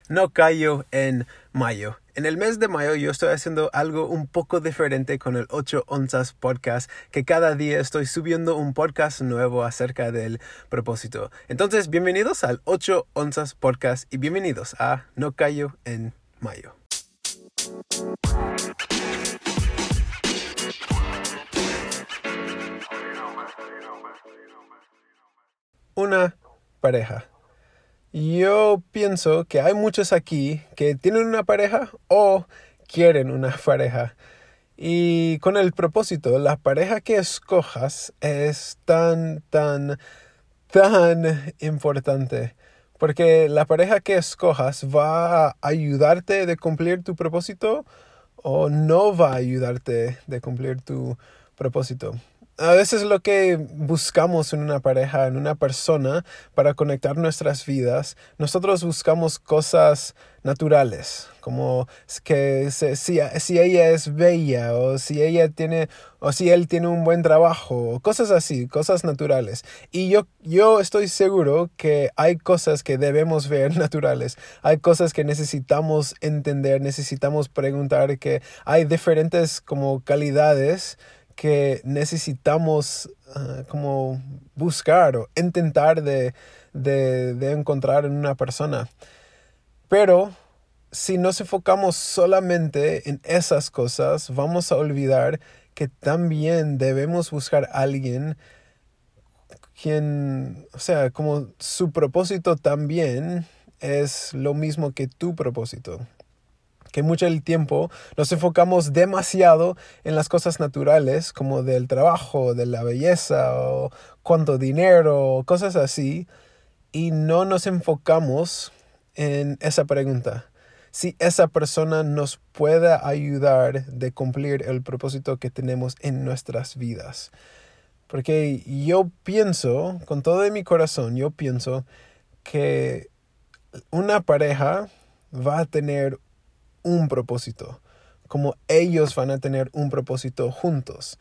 No callo en mayo. En el mes de mayo yo estoy haciendo algo un poco diferente con el 8 onzas podcast, que cada día estoy subiendo un podcast nuevo acerca del propósito. Entonces, bienvenidos al 8 onzas podcast y bienvenidos a No callo en mayo. Una pareja. Yo pienso que hay muchos aquí que tienen una pareja o quieren una pareja. Y con el propósito, la pareja que escojas es tan importante. Porque la pareja que escojas va a ayudarte de cumplir tu propósito o no va a ayudarte de cumplir tu propósito. A veces lo que buscamos en una pareja, en una persona, para conectar nuestras vidas, nosotros buscamos cosas naturales, como que si ella es bella, o si ella tiene, o si él tiene un buen trabajo, o cosas así, cosas naturales. Y yo estoy seguro que hay cosas que debemos ver naturales, hay cosas que necesitamos entender, necesitamos preguntar, que hay diferentes como calidades que necesitamos como buscar o intentar de encontrar en una persona. Pero si nos enfocamos solamente en esas cosas, vamos a olvidar que también debemos buscar a alguien quien, o sea, como su propósito también es lo mismo que tu propósito. Que mucho del tiempo nos enfocamos demasiado en las cosas naturales, como del trabajo, de la belleza, o cuánto dinero, cosas así, y no nos enfocamos en esa pregunta. Si esa persona nos puede ayudar de cumplir el propósito que tenemos en nuestras vidas. Porque yo pienso, con todo mi corazón, yo pienso que una pareja va a tener un propósito, como ellos van a tener un propósito juntos.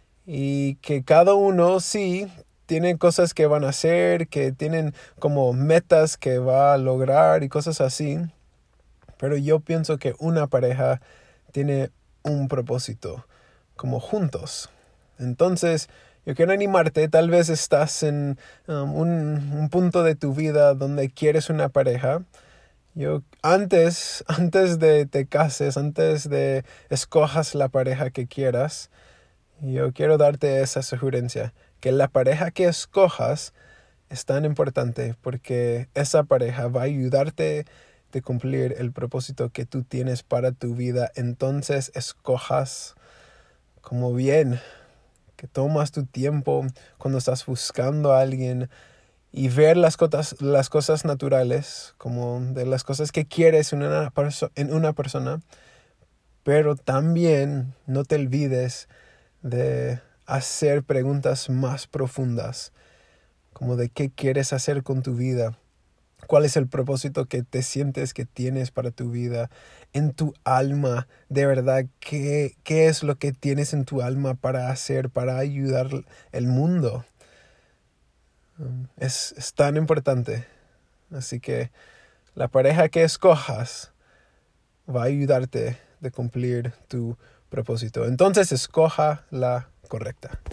Y que cada uno sí tiene cosas que van a hacer, que tienen como metas que va a lograr y cosas así. Pero yo pienso que una pareja tiene un propósito, como juntos. Entonces, yo quiero animarte, tal vez estás en un punto de tu vida donde quieres una pareja. Yo antes de te cases, antes de escojas la pareja que quieras, yo quiero darte esa sugerencia, que la pareja que escojas es tan importante porque esa pareja va a ayudarte de cumplir el propósito que tú tienes para tu vida. Entonces escojas como bien, que tomas tu tiempo cuando estás buscando a alguien y ver las cosas naturales, como de las cosas que quieres en una persona, pero también no te olvides de hacer preguntas más profundas, como de qué quieres hacer con tu vida, cuál es el propósito que te sientes que tienes para tu vida, en tu alma, de verdad, qué es lo que tienes en tu alma para hacer, para ayudar el mundo. Es tan importante. Así que la pareja que escojas va a ayudarte de cumplir tu propósito. Entonces escoja la correcta.